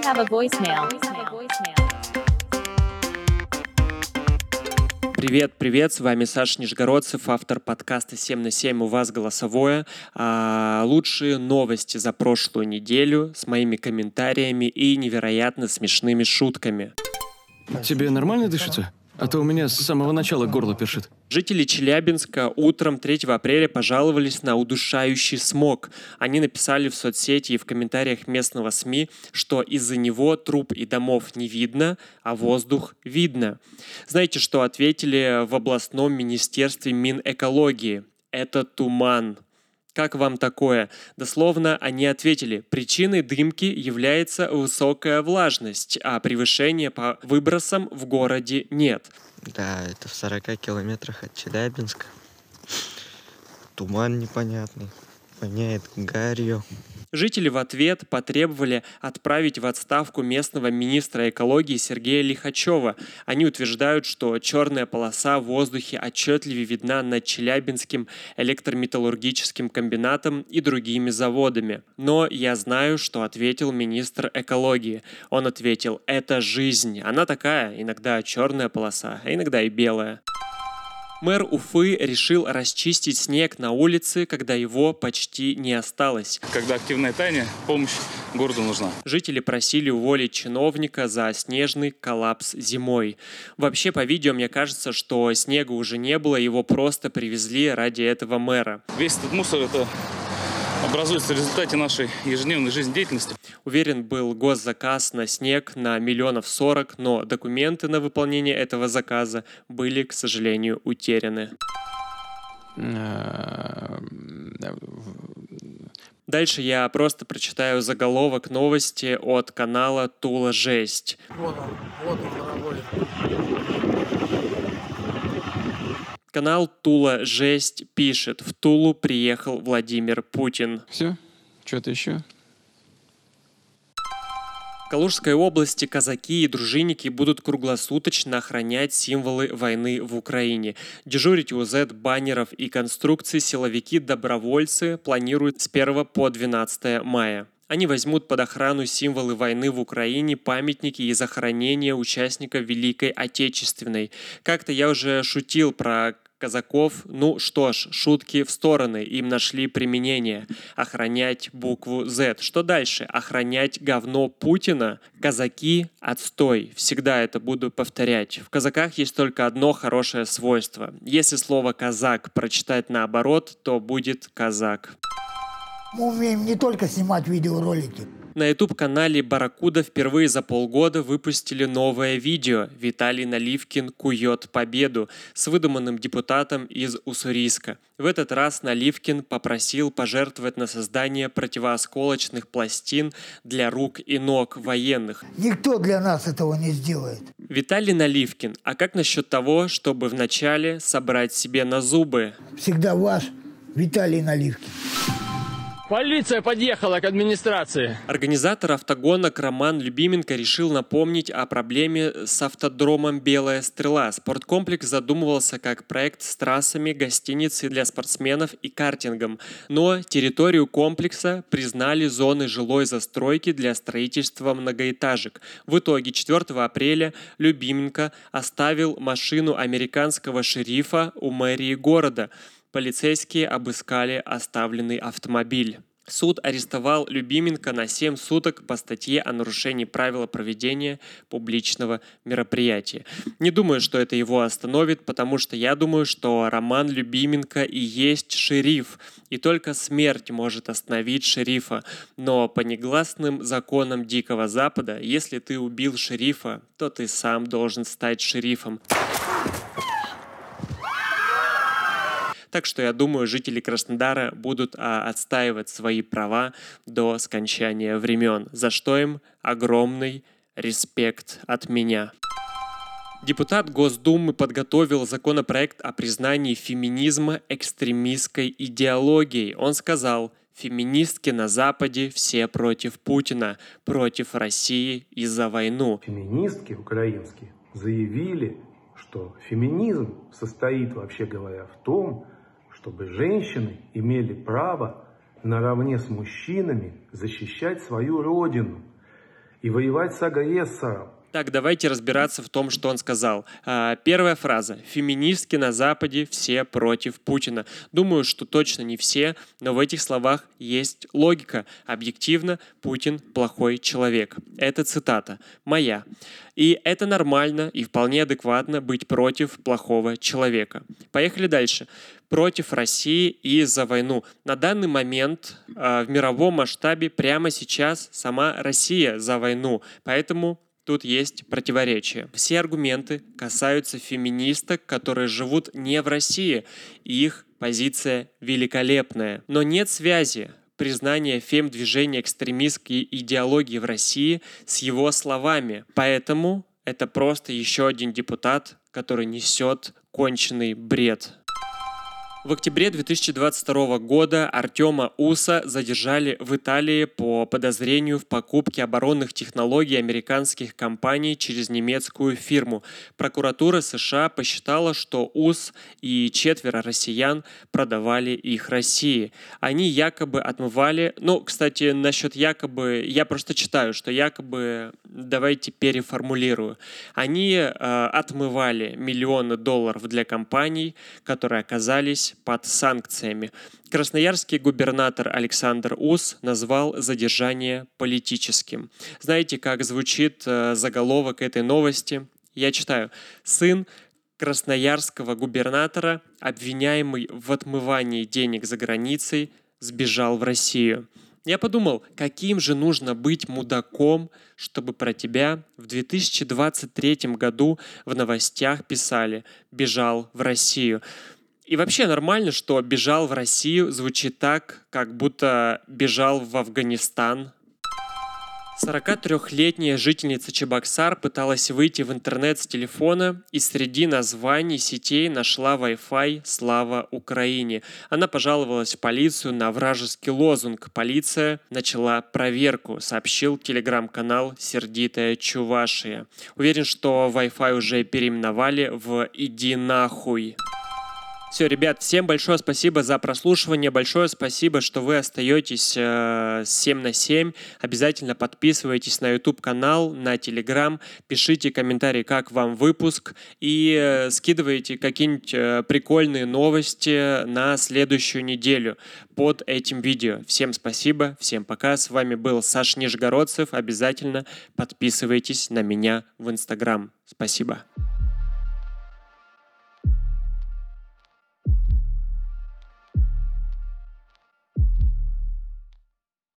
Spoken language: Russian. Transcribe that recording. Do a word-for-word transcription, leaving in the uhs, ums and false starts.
have a voicemail. Привет, привет, с вами Саша Нижегородцев, автор подкаста семь на семь, у вас голосовое. А, лучшие новости за прошлую неделю с моими комментариями и невероятно смешными шутками. Тебе нормально дышится? А то у меня с самого начала горло першит. Жители Челябинска утром третьего апреля пожаловались на удушающий смог. Они написали в соцсети и в комментариях местного СМИ, что из-за него труп и домов не видно, а воздух видно. Знаете, что ответили в областном министерстве Минэкологии? Это туман. Как вам такое? Дословно они ответили: причиной дымки является высокая влажность, а превышения по выбросам в городе нет. Да, это в сорока километрах от Челябинска. Туман непонятный, воняет гарью. Жители в ответ потребовали отправить в отставку местного министра экологии Сергея Лихачева. Они утверждают, что черная полоса в воздухе отчетливее видна над Челябинским электрометаллургическим комбинатом и другими заводами. Но я знаю, что ответил министр экологии. Он ответил: это жизнь. Она такая, иногда черная полоса, а иногда и белая. Мэр Уфы решил расчистить снег на улице, когда его почти не осталось. Когда активное таяние, помощь городу нужна. Жители просили уволить чиновника за снежный коллапс зимой. Вообще, по видео, мне кажется, что снега уже не было, его просто привезли ради этого мэра. Весь этот мусор, это образуется в результате нашей ежедневной жизнедеятельности. Уверен, был госзаказ на снег на миллионов сорок, но документы на выполнение этого заказа были, к сожалению, утеряны. Дальше я просто прочитаю заголовок новости от канала Тула Жесть. Вот он, вот он, дорогой. Канал Тула Жесть пишет: в Тулу приехал Владимир Путин. Все? Что-то еще? В Калужской области казаки и дружинники будут круглосуточно охранять символы войны в Украине. Дежурить у зет-баннеров и конструкций силовики-добровольцы планируют с первого по двенадцатое мая. Они возьмут под охрану символы войны в Украине, памятники и захоронения участников Великой Отечественной. Как-то я уже шутил про казаков. Ну что ж, шутки в стороны, им нашли применение. Охранять букву Z. Что дальше? Охранять говно Путина? Казаки – отстой. Всегда это буду повторять. В казаках есть только одно хорошее свойство. Если слово «казак» прочитать наоборот, то будет «казак». Мы умеем не только снимать видеоролики. На YouTube-канале Барракуда впервые за полгода выпустили новое видео. Виталий Наливкин кует победу с выдуманным депутатом из Уссурийска. В этот раз Наливкин попросил пожертвовать на создание противоосколочных пластин для рук и ног военных. Никто для нас этого не сделает. Виталий Наливкин, а как насчет того, чтобы вначале собрать себе на зубы? Всегда ваш Виталий Наливкин. Полиция подъехала к администрации. Организатор автогонок Роман Любименко решил напомнить о проблеме с автодромом «Белая стрела». Спорткомплекс задумывался как проект с трассами, гостиницей для спортсменов и картингом. Но территорию комплекса признали зоной жилой застройки для строительства многоэтажек. В итоге четвёртого апреля Любименко оставил машину американского шерифа у мэрии города. Полицейские обыскали оставленный автомобиль. Суд арестовал Любименко на семь суток по статье о нарушении правила проведения публичного мероприятия. Не думаю, что это его остановит, потому что я думаю, что Роман Любименко и есть шериф, и только смерть может остановить шерифа. Но по негласным законам Дикого Запада, если ты убил шерифа, то ты сам должен стать шерифом. Так что я думаю, жители Краснодара будут а, отстаивать свои права до скончания времен, за что им огромный респект от меня. Депутат Госдумы подготовил законопроект о признании феминизма экстремистской идеологией. Он сказал: феминистки на Западе все против Путина, против России и за войну. Феминистки украинские заявили, что феминизм состоит, вообще говоря, в том, чтобы женщины имели право наравне с мужчинами защищать свою родину. и воевать с агрессором. Так, давайте разбираться в том, что он сказал. А, Первая фраза. Феминистки на Западе все против Путина. Думаю, что точно не все, но в этих словах есть логика. Объективно, Путин плохой человек. Это цитата. Моя. И это нормально и вполне адекватно быть против плохого человека. Поехали дальше. Против России и за войну. На данный момент э, в мировом масштабе прямо сейчас сама Россия за войну. Поэтому тут есть противоречие. Все аргументы касаются феминисток, которые живут не в России. Их позиция великолепная. Но нет связи признания фем-движения экстремистской идеологии в России с его словами. Поэтому это просто еще один депутат, который несет конченый бред. В октябре две тысячи двадцать второго года Артема Уса задержали в Италии по подозрению в покупке оборонных технологий американских компаний через немецкую фирму. Прокуратура США посчитала, что Ус и четверо россиян продавали их России. Они якобы отмывали... Ну, кстати, насчет якобы... Я просто читаю, что якобы... Давайте переформулирую. Они э, отмывали миллионы долларов для компаний, которые оказались под санкциями. Красноярский губернатор Александр Ус назвал задержание политическим. Знаете, как звучит э, заголовок этой новости? Я читаю. Сын красноярского губернатора, обвиняемый в отмывании денег за границей, сбежал в Россию. Я подумал, каким же нужно быть мудаком, чтобы про тебя в две тысячи двадцать третьем году в новостях писали «бежал в Россию». И вообще нормально, что «бежал в Россию» звучит так, как будто бежал в Афганистан. сорокатрёхлетняя жительница Чебоксар пыталась выйти в интернет с телефона и среди названий сетей нашла Wi-Fi «Слава Украине». Она пожаловалась в полицию на вражеский лозунг. Полиция начала проверку, сообщил телеграм-канал «Сердитая Чувашия». Уверен, что Wi-Fi уже переименовали в «Иди нахуй». Все, ребят, всем большое спасибо за прослушивание, большое спасибо, что вы остаетесь э, семь на семь. Обязательно подписывайтесь на YouTube-канал, на Telegram, пишите комментарии, как вам выпуск, и э, скидывайте какие-нибудь э, прикольные новости на следующую неделю под этим видео. Всем спасибо, всем пока. С вами был Саша Нижегородцев. Обязательно подписывайтесь на меня в Instagram. Спасибо.